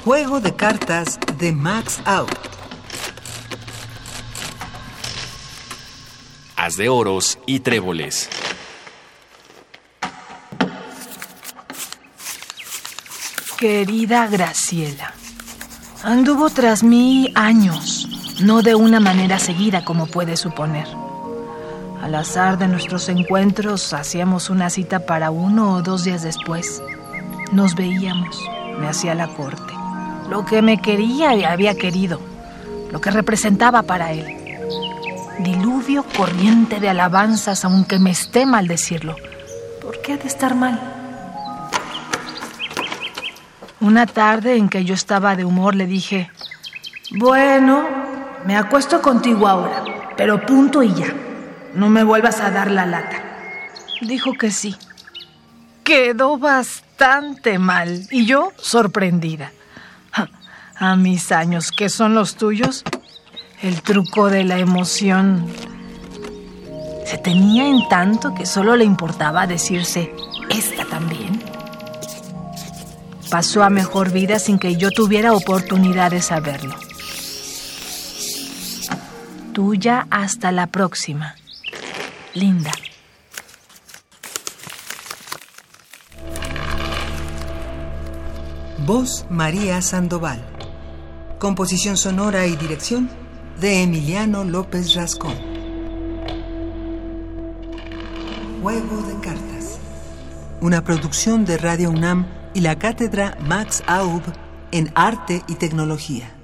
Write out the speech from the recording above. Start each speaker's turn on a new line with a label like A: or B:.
A: Juego de cartas de Max Out.
B: As de oros y tréboles.
C: Querida Graciela, anduvo tras mí años, no de una manera seguida como puedes suponer. Al azar de nuestros encuentros hacíamos una cita para 1 o 2 días después. Nos veíamos, me hacía la corte, lo que me quería y había querido, lo que representaba para él. Diluvio corriente de alabanzas, aunque me esté mal decirlo. ¿Por qué ha de estar mal? Una tarde en que yo estaba de humor le dije: bueno, me acuesto contigo ahora, pero punto y ya. No me vuelvas a dar la lata. Dijo que sí. Quedó bastante mal y yo sorprendida. A mis años, ¿qué son los tuyos? El truco de la emoción se tenía en tanto que solo le importaba decirse esta también. Pasó a mejor vida sin que yo tuviera oportunidad de saberlo. Tuya hasta la próxima, Linda.
A: Voz María Sandoval. Composición sonora y dirección de Emiliano López Rascón. Juego de cartas. Una producción de Radio UNAM y la Cátedra Max Aub en Arte y Tecnología.